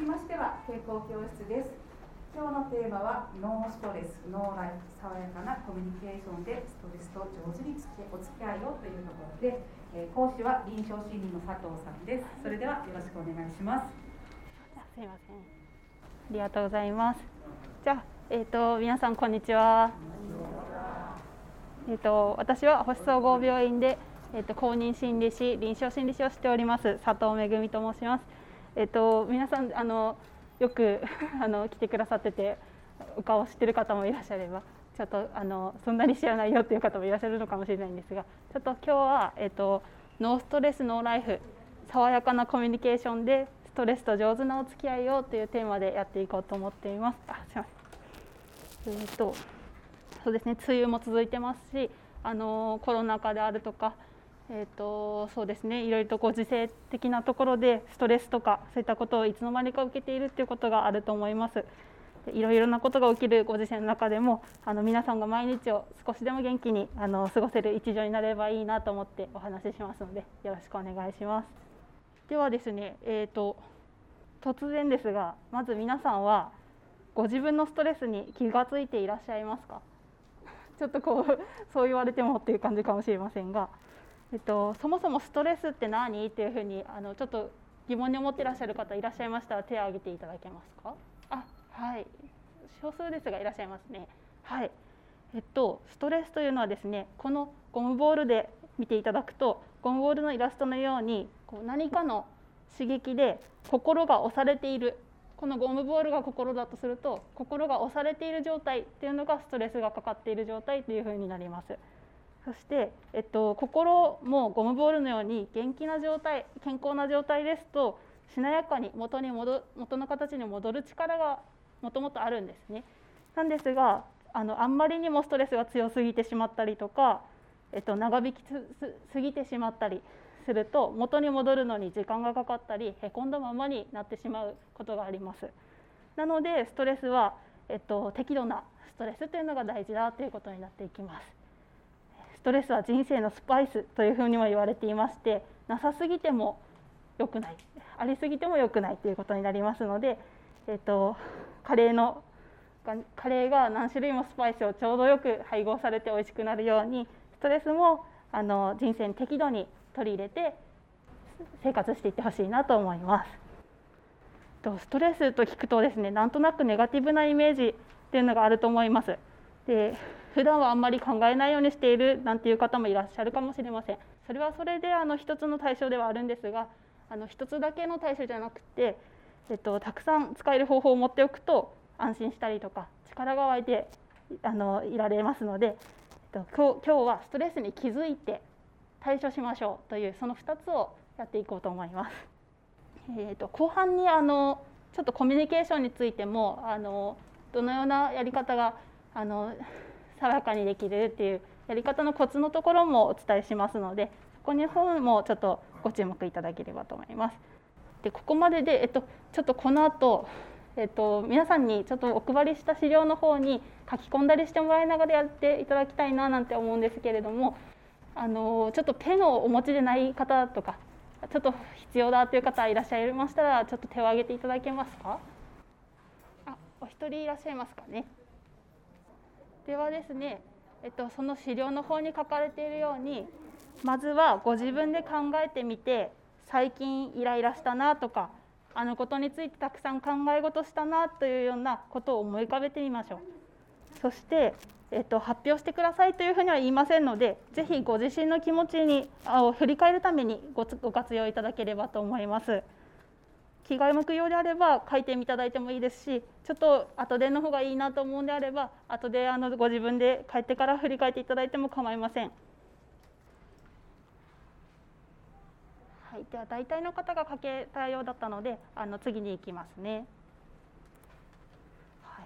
きましては傾向教室です。今日のテーマはノーストレス、ノーライフ、爽やかなコミュニケーションでストレスと上手にお付き合いをというところで、講師は臨床心理の佐藤さんです。それではよろしくお願いします。 すいません。ありがとうございます。じゃあ、皆さんこんにちは。私は星総合病院で、公認心理師、臨床心理師をしております佐藤めぐみと申します。皆さんよく来てくださってて、お顔を知ってる方もいらっしゃれば、ちょっとそんなに知らないよっていう方もいらっしゃるのかもしれないんですが、ちょっと今日はノーストレスノーライフ、爽やかなコミュニケーションでストレスと上手なお付き合いをというテーマでやっていこうと思っています。すいません。そうですね、梅雨も続いてますし、コロナ禍であるとか、そうですね、いろいろとご時世的なところでストレスとかそういったことをいつの間にか受けているということがあると思います。いろいろなことが起きるご時世の中でも皆さんが毎日を少しでも元気に過ごせる一助になればいいなと思ってお話ししますので、よろしくお願いします。ではですね、突然ですが、まず皆さんはご自分のストレスに気がついていらっしゃいますか？ちょっとそう言われてもっていう感じかもしれませんが、そもそもストレスって何っていうふうにちょっと疑問に思っていらっしゃる方いらっしゃいましたら手を挙げていただけますか？はい、少数ですがいらっしゃいますね。はい。ストレスというのはですね、このゴムボールで見ていただくと、ゴムボールのイラストのように何かの刺激で心が押されている、このゴムボールが心だとすると、心が押されている状態っていうのがストレスがかかっている状態というふうになります。そして、心もゴムボールのように元気な状態、健康な状態ですと、しなやかに元の形に戻る力がもともとあるんですね。なんですが、あんまりにもストレスが強すぎてしまったりとか、長引きすぎてしまったりすると、元に戻るのに時間がかかったり、へこんだままになってしまうことがあります。なのでストレスは、適度なストレスというのが大事だということになっていきます。ストレスは人生のスパイスというふうにも言われていまして、なさすぎても良くない、ありすぎても良くないということになりますので、カレーが何種類もスパイスをちょうどよく配合されて美味しくなるように、ストレスも人生に適度に取り入れて生活していってほしいなと思います。ストレスと聞くとですね、なんとなくネガティブなイメージっていうのがあると思います。で、普段はあんまり考えないようにしているなんていう方もいらっしゃるかもしれません。それはそれで一つの対処ではあるんですが、一つだけの対処じゃなくて、たくさん使える方法を持っておくと安心したりとか力が湧いていられますので、今日はストレスに気づいて対処しましょうというその2つをやっていこうと思います。後半にちょっとコミュニケーションについてもどのようなやり方が爽やかにできるっていうやり方のコツのところもお伝えしますので、そこに本もちょっとご注目いただければと思います。で、ここまでで、ちょっとこの後、皆さんにちょっとお配りした資料の方に書き込んだりしてもらいながらやっていただきたいななんて思うんですけれども、ちょっとペンをお持ちでない方とか、ちょっと必要だという方いらっしゃいましたら、ちょっと手を挙げていただけますか？お一人いらっしゃいますかね。ではですね、その資料の方に書かれているように、まずはご自分で考えてみて、最近イライラしたなとか、あのことについてたくさん考え事したなというようなことを思い浮かべてみましょう。そして、発表してくださいというふうには言いませんので、ぜひご自身の気持ちを振り返るためにご活用いただければと思います。気が向くようであれば書いていただいてもいいですし、ちょっと後での方がいいなと思うんであれば後でご自分で帰ってから振り返っていただいても構いません。はい、では大体の方が書けたようだったので次に行きますね。はい、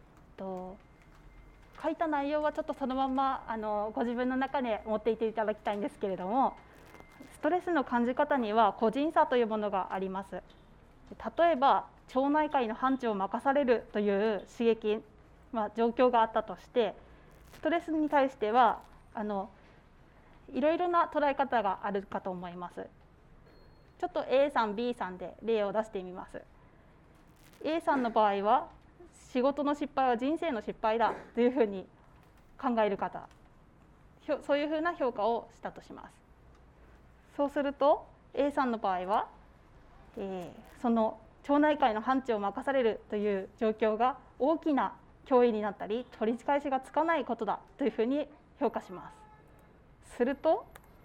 書いた内容はちょっとそのままご自分の中で持っていていただきたいんですけれども、ストレスの感じ方には個人差というものがあります。例えば町内会の班長を任されるという刺激、状況があったとして、ストレスに対してはいろいろな捉え方があるかと思います。ちょっと A さん B さんで例を出してみます。 A さんの場合は仕事の失敗は人生の失敗だというふうに考える方、そういうふうな評価をしたとします。そうすると A さんの場合は、その町内会の班長を任されるという状況が大きな脅威になったり取り返しがつかないことだというふうに評価します。すると、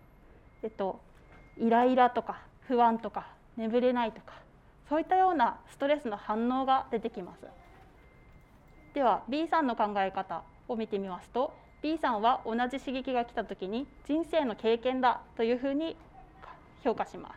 イライラとか不安とか眠れないとか、そういったようなストレスの反応が出てきます。では B さんの考え方を見てみますと、 B さんは同じ刺激が来た時に人生の経験だというふうに評価します。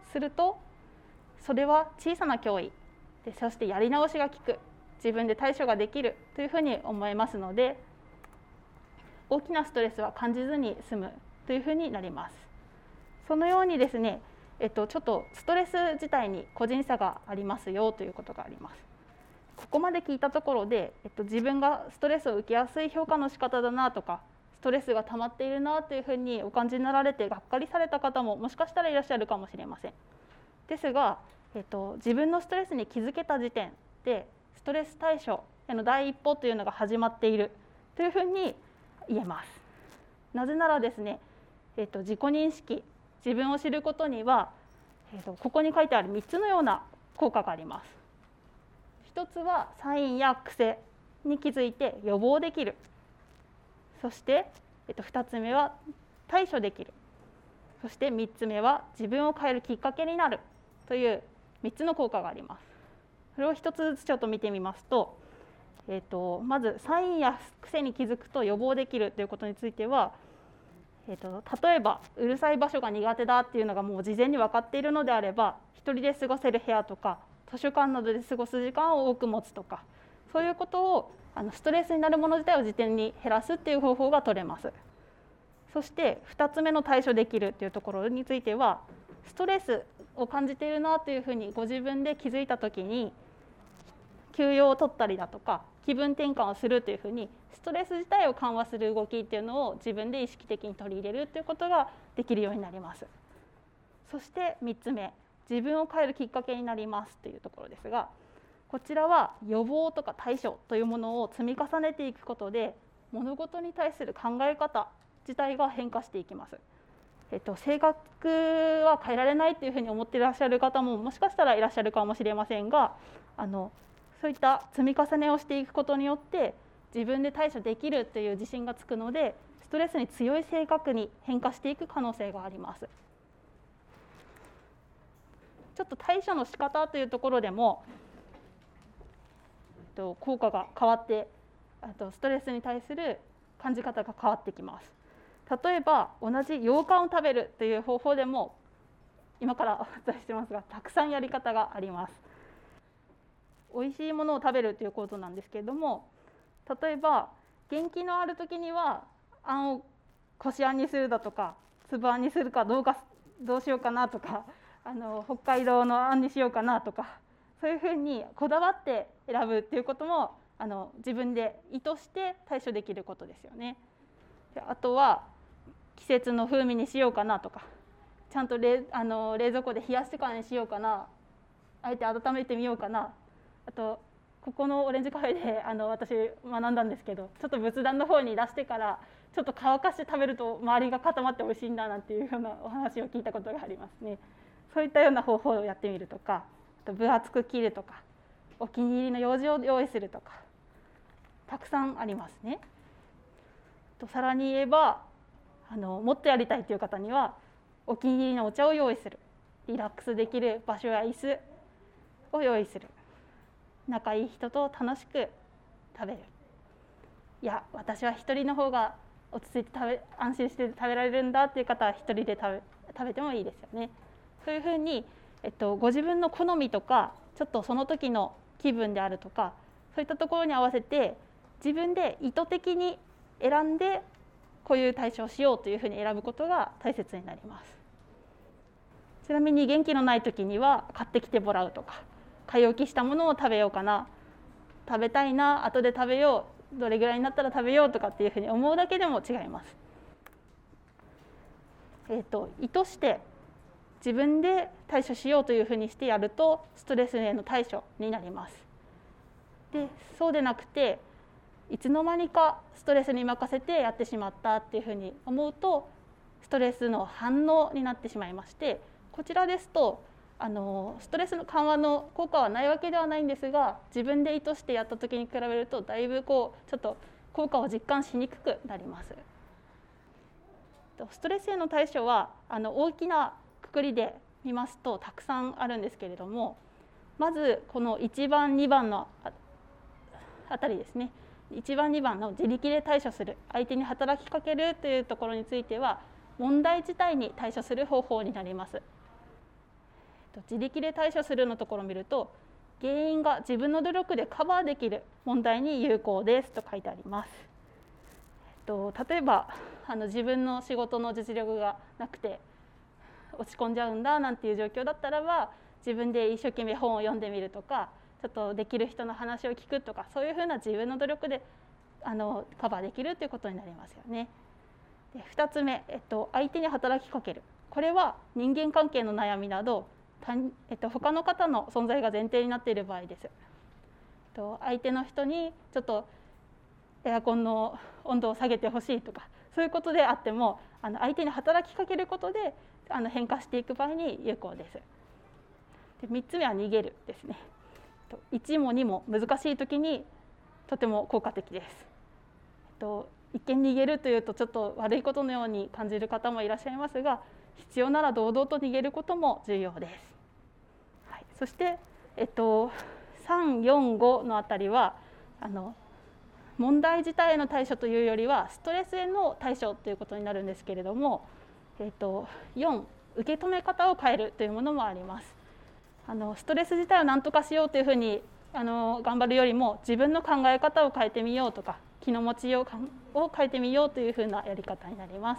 するとそれは小さな脅威で、そしてやり直しが効く、自分で対処ができるというふうに思えますので、大きなストレスは感じずに済むというふうになります。そのようにですね、ちょっとストレス自体に個人差がありますよということがあります。ここまで聞いたところで、自分がストレスを受けやすい評価の仕方だなとか、ストレスが溜まっているなというふうにお感じになられてがっかりされた方ももしかしたらいらっしゃるかもしれません。ですが、自分のストレスに気づけた時点でストレス対処への第一歩というのが始まっているというふうに言えます。なぜならですね、自己認識、自分を知ることには、ここに書いてある3つのような効果があります。1つはサインや癖に気づいて予防できる。そして、2つ目は対処できる。そして3つ目は自分を変えるきっかけになるという3つの効果があります。それを1つずつちょっと見てみますと、まずサインや癖に気づくと予防できるということについては、例えばうるさい場所が苦手だっていうのがもう事前に分かっているのであれば、一人で過ごせる部屋とか図書館などで過ごす時間を多く持つとか、そういうことをストレスになるもの自体を時点に減らすっていう方法が取れます。そして2つ目の対処できるというところについては、ストレスを感じているなというふうにご自分で気づいたときに休養を取ったりだとか気分転換をするというふうに、ストレス自体を緩和する動きっていうのを自分で意識的に取り入れるということができるようになります。そして3つ目、自分を変えるきっかけになりますというところですが、こちらは予防とか対処というものを積み重ねていくことで、物事に対する考え方自体が変化していきます。性格は変えられないというふうに思っていらっしゃる方ももしかしたらいらっしゃるかもしれませんが、そういった積み重ねをしていくことによって自分で対処できるという自信がつくので、ストレスに強い性格に変化していく可能性があります。ちょっと対処の仕方というところでも効果が変わって、ストレスに対する感じ方が変わってきます。例えば同じ羊羹を食べるという方法でも今からお伝えしてますが、たくさんやり方があります。美味しいものを食べるということなんですけれども、例えば元気のある時にはあんをこしあんにするだとか、粒あんにするかどうしようかなとか、北海道のあんにしようかなとか、そういうふうにこだわって選ぶっていうことも自分で意図して対処できることですよね。であとは季節の風味にしようかなとか、ちゃんと冷蔵庫で冷やしてからにしようかな、あえて温めてみようかな。あとここのオレンジカフェで私学んだんですけど、ちょっと仏壇の方に出してからちょっと乾かして食べると周りが固まって美味しいんだなんていうようなお話を聞いたことがありますね。そういったような方法をやってみるとか、あと分厚く切るとか、お気に入りの用事を用意するとか、たくさんありますね。さらに言えばもっとやりたいという方にはお気に入りのお茶を用意する、リラックスできる場所や椅子を用意する、仲いい人と楽しく食べる、いや私は一人の方が落ち着いて安心して食べられるんだっていう方は一人で食べてもいいですよね。そういうふうに、ご自分の好みとかちょっとその時の気分であるとか、そういったところに合わせて自分で意図的に選んでこういう対処をしようというふうに選ぶことが大切になります。ちなみに元気のない時には買ってきてもらうとか、買い置きしたものを食べようかな、食べたいな、後で食べよう、どれぐらいになったら食べようとかっていうふうに思うだけでも違います。意図して自分で対処しようというふうにしてやるとストレスへの対処になります。でそうでなくていつの間にかストレスに任せてやってしまったっていうふうに思うとストレスの反応になってしまいまして、こちらですとストレスの緩和の効果はないわけではないんですが、自分で意図してやった時に比べるとだいぶちょっと効果を実感しにくくなります。ストレスへの対処は大きなくくりで見ますとたくさんあるんですけれども、まずこの1番2番のあたりですね、1番2番の自力で対処する、相手に働きかけるというところについては問題自体に対処する方法になります。自力で対処するのところを見ると、原因が自分の努力でカバーできる問題に有効ですと書いてあります。例えば自分の仕事の実力がなくて落ち込んじゃうんだなんていう状況だったらば、自分で一生懸命本を読んでみるとか、ちょっとできる人の話を聞くとか、そういうふうな自分の努力でカバーできるということになりますよね。で2つ目、相手に働きかける。これは人間関係の悩みなど他の方の存在が前提になっている場合です。相手の人にちょっとエアコンの温度を下げてほしいとか、そういうことであっても相手に働きかけることで変化していく場合に有効です。で3つ目は逃げるですね。1も2も難しい時にとても効果的です。一見逃げるというとちょっと悪いことのように感じる方もいらっしゃいますが、必要なら堂々と逃げることも重要です。はい、そして、3、4、5のあたりは問題自体への対処というよりはストレスへの対処ということになるんですけれども、4、受け止め方を変えるというものもあります。ストレス自体を何とかしようというふうに頑張るよりも、自分の考え方を変えてみようとか気の持ちようを変えてみようというふうなやり方になります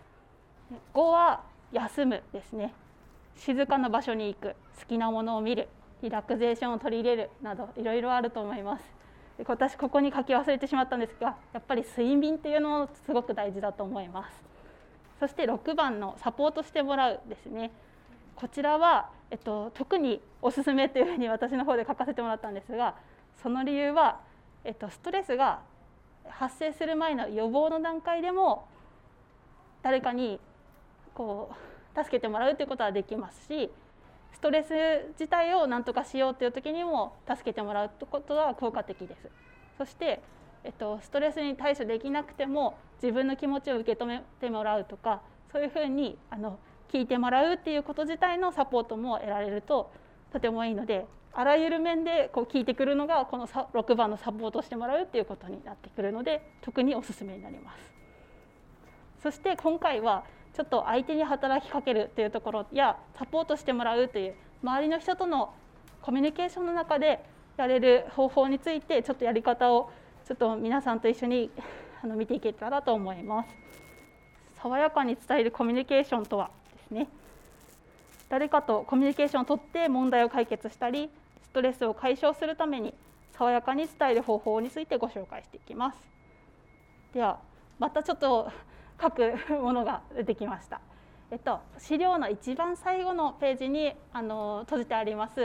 。5は休むですね。静かな場所に行く、好きなものを見る、リラクゼーションを取り入れるなどいろいろあると思います。私ここに書き忘れてしまったんですが、やっぱり睡眠というのもすごく大事だと思います。そして6番のサポートしてもらうですね。こちらは、特におすすめというふうに私の方で書かせてもらったんですが、その理由は、ストレスが発生する前の予防の段階でも誰かに助けてもらうということはできますし、ストレス自体を何とかしようという時にも助けてもらうことは効果的です。そして、ストレスに対処できなくても自分の気持ちを受け止めてもらうとか、そういうふうに聞いてもらうっていうこと自体のサポートも得られるととてもいいので、あらゆる面で聞いてくるのがこの6番のサポートしてもらうっていうことになってくるので、特におすすめになります。そして今回はちょっと相手に働きかけるというところやサポートしてもらうという周りの人とのコミュニケーションの中でやれる方法について、ちょっとやり方をちょっと皆さんと一緒に見ていけたらと思います。爽やかに伝えるコミュニケーションとはですね、誰かとコミュニケーションをとって問題を解決したりストレスを解消するために爽やかに伝える方法についてご紹介していきます。ではまたちょっと書くものが出てきました。資料の一番最後のページに閉じてあります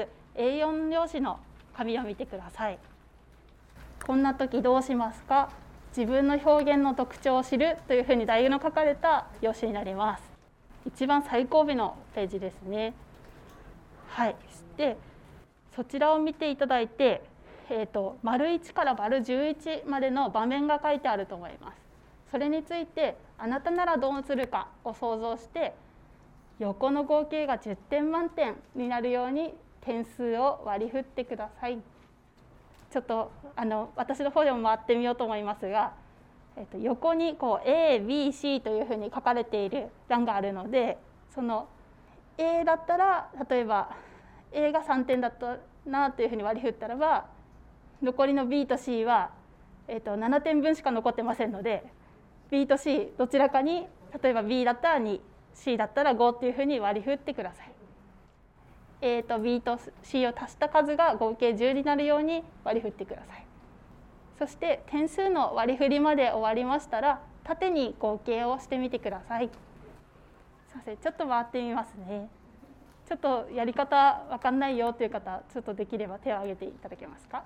A4 用紙の紙を見てください。こんな時どうしますか？自分の表現の特徴を知るというふうに題の書かれた用紙になります。一番最後尾のページですね。はい。でそちらを見ていただいて、丸1から丸11までの場面が書いてあると思います。それについてあなたならどうするかを想像して、横の合計が10点満点になるように点数を割り振ってください。ちょっと私の方でも回ってみようと思いますが、横にA、B、C というふうに書かれている欄があるので、その A だったら例えば A が3点だったなというふうに割り振ったらば、残りの B と C は、7点分しか残ってませんので、 B と C どちらかに、例えば B だったら 2、C だったら5っていうふうに割り振ってください。A と B と C を足した数が合計10になるように割り振ってください。そして点数の割り振りまで終わりましたら、縦に合計をしてみてください。すいません、ちょっと回ってみますね。 ちょっとやり方わかんないよという方、ちょっとできれば手を挙げていただけますか。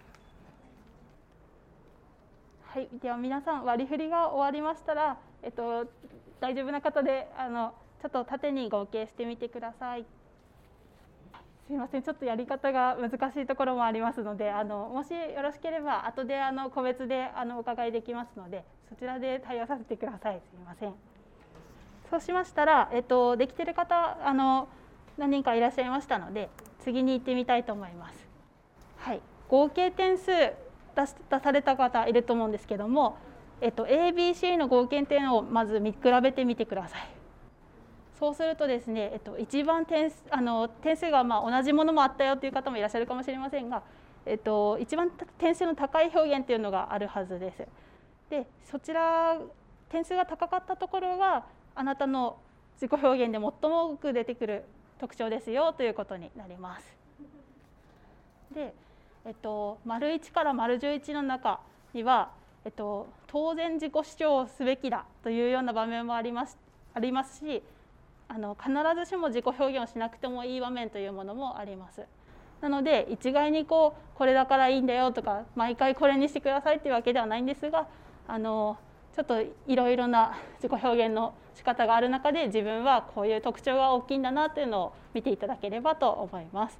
はい、では皆さん割り振りが終わりましたら、大丈夫な方でちょっと縦に合計してみてください。すいません、ちょっとやり方が難しいところもありますので、もしよろしければ後で個別でお伺いできますので、そちらで対応させてください。すいません。そうしましたら、できてる方何人かいらっしゃいましたので、次に行ってみたいと思います。はい、合計点数出された方いると思うんですけども、ABC の合計点をまず見比べてみてください。そうするとですね、一番点数が同じものもあったよという方もいらっしゃるかもしれませんが、一番点数の高い表現というのがあるはずです。で、そちら点数が高かったところがあなたの自己表現で最も多く出てくる特徴ですよということになります。で、①から①の中には、当然自己主張をすべきだというような場面もありますし、必ずしも自己表現をしなくてもいい場面というものもあります。なので一概にこれだからいいんだよとか毎回これにしてくださいというわけではないんですが、ちょっといろいろな自己表現の仕方がある中で自分はこういう特徴が大きいんだなというのを見ていただければと思います。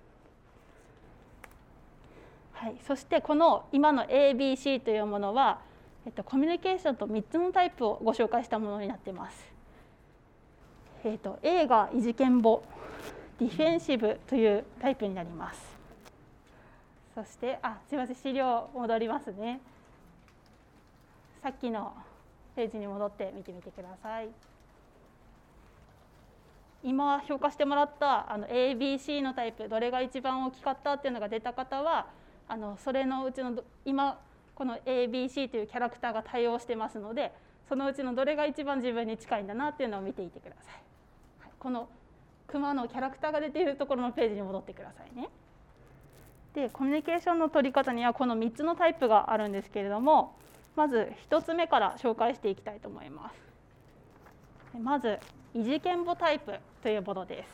はい、そしてこの今の ABC というものは、コミュニケーションと3つのタイプをご紹介したものになっています。A が異次元母、ディフェンシブというタイプになります。そしてすみません、資料戻りますね。さっきのページに戻って見てみてください。今評価してもらったABC のタイプ、どれが一番大きかったっていうのが出た方は、それのうちの今この ABC というキャラクターが対応してますので、そのうちのどれが一番自分に近いんだなっていうのを見ていてください。はい、このクマのキャラクターが出ているところのページに戻ってくださいね。で、コミュニケーションの取り方にはこの3つのタイプがあるんですけれども、まず1つ目から紹介していきたいと思います。まず異次元母タイプというものです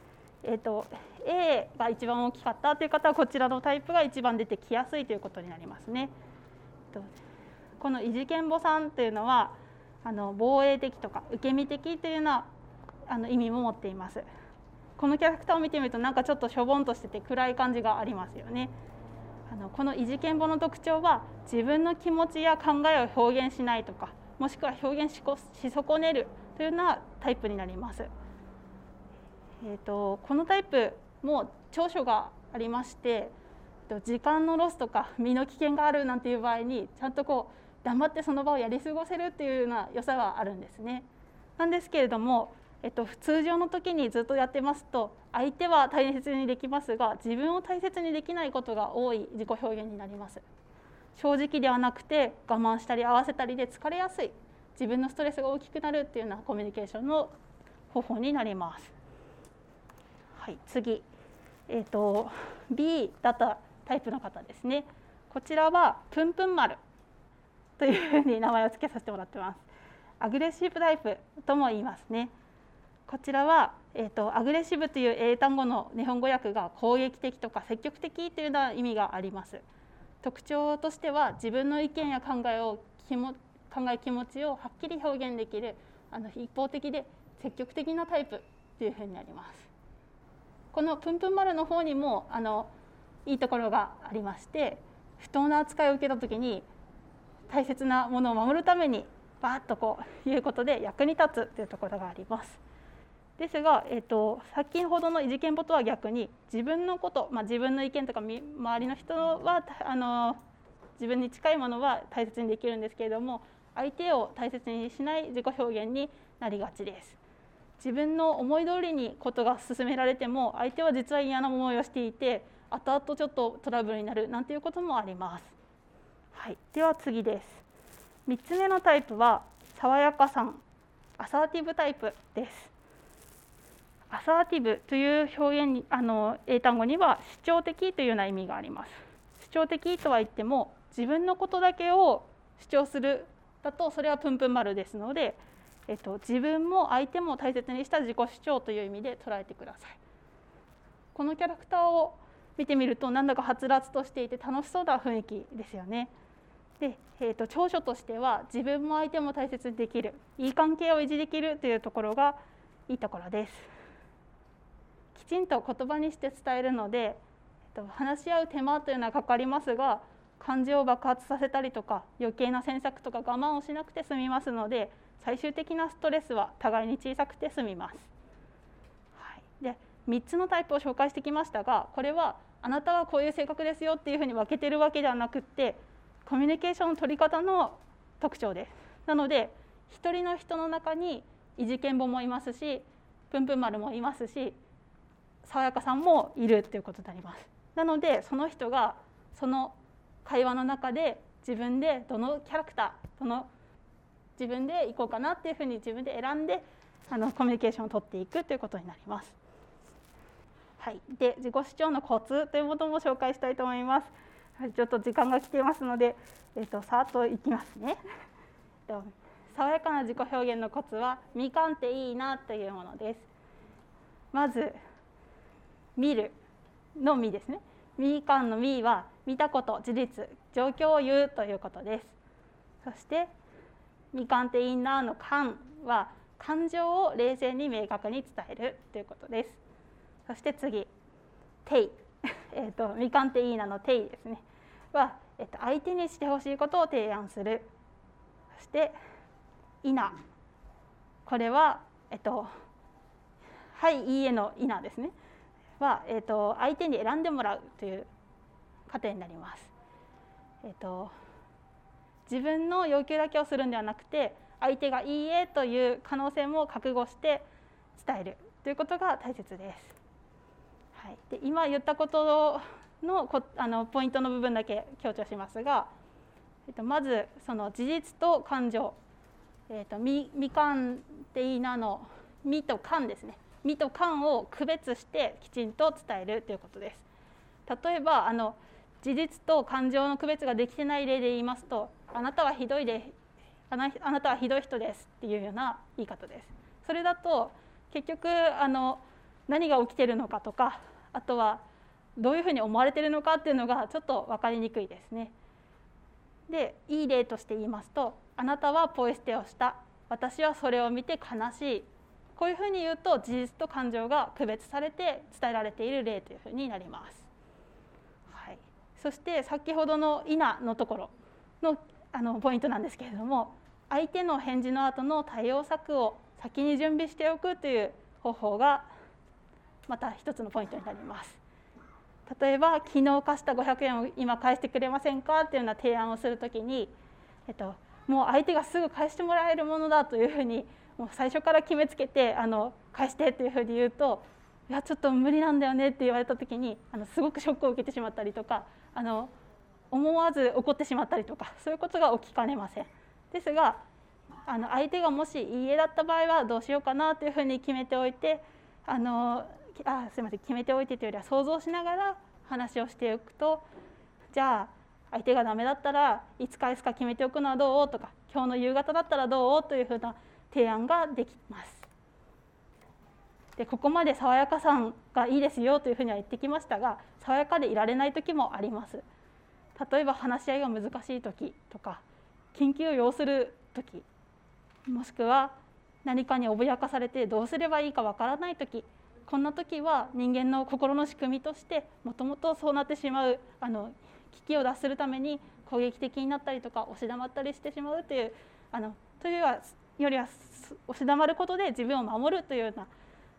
。A が一番大きかったという方はこちらのタイプが一番出てきやすいということになりますね。この異次元母さんというのは防衛的とか受け身的というような意味も持っています。このキャラクターを見てみるとなんかちょっとしょぼんとしてて暗い感じがありますよね。この異次元母の特徴は自分の気持ちや考えを表現しないとか、もしくは表現し損ねるというようなタイプになります。このタイプも長所がありまして、時間のロスとか身の危険があるなんていう場合にちゃんと黙ってその場をやり過ごせるっていうような良さがあるんですね。なんですけれども、通常の時にずっとやってますと相手は大切にできますが自分を大切にできないことが多い自己表現になります。正直ではなくて我慢したり合わせたりで疲れやすい、自分のストレスが大きくなるっていうようなコミュニケーションの方法になります。はい、次、B だったタイプの方ですね。こちらはプンプン丸というふうに名前を付けさせてもらってます。アグレッシブタイプとも言いますね。こちらは、アグレッシブという英単語の日本語訳が攻撃的とか積極的というような意味があります。特徴としては自分の意見や考え気持ちをはっきり表現できる一方的で積極的なタイプというふうになります。このプンプン丸の方にもいいところがありまして、不当な扱いを受けた時に大切なものを守るためにバーッと言うことで役に立つというところがあります。ですが、先ほどの異次元母とは逆に自分のこと、自分の意見とか周りの人は自分に近いものは大切にできるんですけれども、相手を大切にしない自己表現になりがちです。自分の思い通りにことが進められても相手は実は嫌な思いをしていて後々ちょっとトラブルになるなんていうこともあります。はい、では次です。3つ目のタイプは爽やかさん、アサーティブタイプです。アサーティブという表現に英単語には主張的というような意味があります。主張的とは言っても自分のことだけを主張するだとそれはプンプン丸ですので、 自分も相手も大切にした自己主張という意味で捉えてください。このキャラクターを見てみるとなんだかはつらつとしていて楽しそうな雰囲気ですよね。で、長所としては自分も相手も大切にできる、いい関係を維持できるというところがいいところです。きちんと言葉にして伝えるので、話し合う手間というのはかかりますが、感情を爆発させたりとか余計な詮索とか我慢をしなくて済みますので、最終的なストレスは互いに小さくて済みます。はい、で3つのタイプを紹介してきましたが、これはあなたはこういう性格ですよっていうふうに分けてるわけではなくって、コミュニケーションの取り方の特徴です。なので一人の人の中にいじけんぼもいますし、ぷんぷん丸もいますし、爽やかさんもいるということになります。なのでその人がその会話の中で自分でどのキャラクター、自分で行こうかなっていうふうに自分で選んでコミュニケーションを取っていくということになります。はい、で自己主張のコツというものも紹介したいと思います。ちょっと時間が来ていますので、さっといきますね。爽やかな自己表現のコツは見かんっていいなというものです。まず見るの見ですね。見かんの見は見たこと、事実、状況を言うということです。そして見かんっていいなのかんは感情を冷静に明確に伝えるということです。そして次、てい、見かんっていいなのていですねは、相手にしてほしいことを提案する。そしていな、これははいいいえのいなですねは、相手に選んでもらうという過程になります。自分の要求だけをするんではなくて、相手がいいえという可能性も覚悟して伝えるということが大切です。はい、で今言ったことのポイントの部分だけ強調しますが、まずその事実と感情、みかんっていいなのみとかんですね。みとかんを区別してきちんと伝えるということです。例えば事実と感情の区別ができてない例で言いますと、あなたはひどい人ですっていうような言い方です。それだと結局何が起きているのかとか、あとはどういうふうに思われているのかっていうのがちょっと分かりにくいですね。でいい例として言いますと、あなたはポイ捨てをした、私はそれを見て悲しい、こういうふうに言うと事実と感情が区別されて伝えられている例というふうになります。はい、そして先ほどのいなのところのポイントなんですけれども、相手の返事の後の対応策を先に準備しておくという方法がまた一つのポイントになります。例えば昨日貸した500円を今返してくれませんかというような提案をするときに、もう相手がすぐ返してもらえるものだというふうにもう最初から決めつけて返してというふうに言うと、いやちょっと無理なんだよねって言われたときにすごくショックを受けてしまったりとか、思わず怒ってしまったりとか、そういうことが起きかねません。ですが相手がもしいいえだった場合はどうしようかなというふうに決めておいて、決めておいてというよりは想像しながら話をしておくと、じゃあ相手がダメだったらいつ返すか決めておくのはどうとか、今日の夕方だったらどうというふうな提案ができます。でここまで爽やかさんがいいですよというふうには言ってきましたが、爽やかでいられない時もあります。例えば話し合いが難しい時とか、緊急を要する時、もしくは何かに脅かされてどうすればいいかわからない時、こんな時は人間の心の仕組みとしてもともとそうなってしまう危機を脱するために攻撃的になったりとか押し黙ったりしてしまうというよりは押し黙ることで自分を守るというような、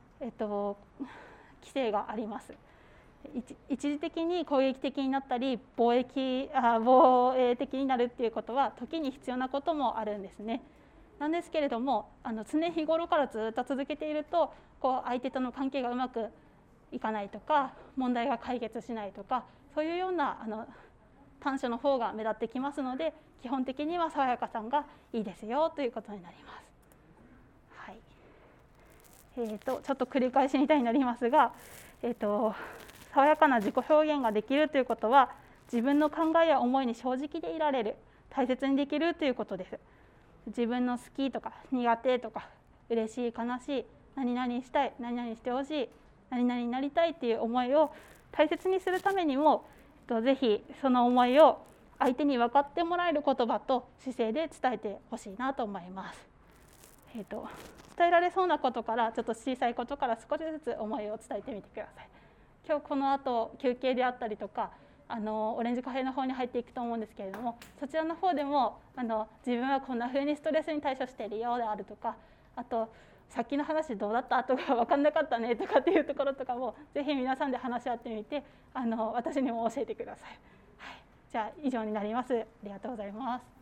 規制があります。一時的に攻撃的になったり防衛的になるっていうことは時に必要なこともあるんですね。なんですけれども常日頃からずっと続けていると相手との関係がうまくいかないとか、問題が解決しないとか、そういうような短所の方が目立ってきますので、基本的には爽やかさんがいいですよということになります。はい、ちょっと繰り返しみたいになりますが、爽やかな自己表現ができるということは、自分の考えや思いに正直でいられる、大切にできるということです。 自分の好きとか苦手とか嬉しい悲しい何々したい何々してほしい何々になりたいっていう思いを大切にするためにも、ぜひその思いを相手に分かってもらえる言葉と姿勢で伝えてほしいなと思います。伝えられそうなことからちょっと小さいことから少しずつ思いを伝えてみてください。今日この後休憩であったりとかオレンジカフェの方に入っていくと思うんですけれども、そちらの方でも自分はこんな風にストレスに対処しているよであるとか、あとさっきの話どうだったとか分かんなかったねとかっていうところとかもぜひ皆さんで話し合ってみて私にも教えてください。はい、じゃあ以上になります。ありがとうございます。